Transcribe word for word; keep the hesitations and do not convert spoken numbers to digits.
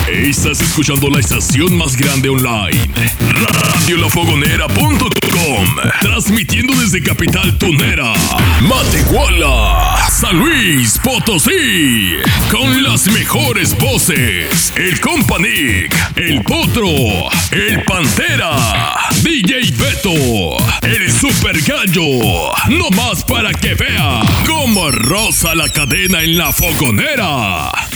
Estás escuchando la estación más grande online, radio la fogonera punto com, transmitiendo desde Capital Tunera, Matehuala, San Luis Potosí, con las mejores voces: el Compa Nick, el Potro, el Pantera, D J Beto, el Super Gallo, no más para que vea cómo roza la cadena en la fogonera.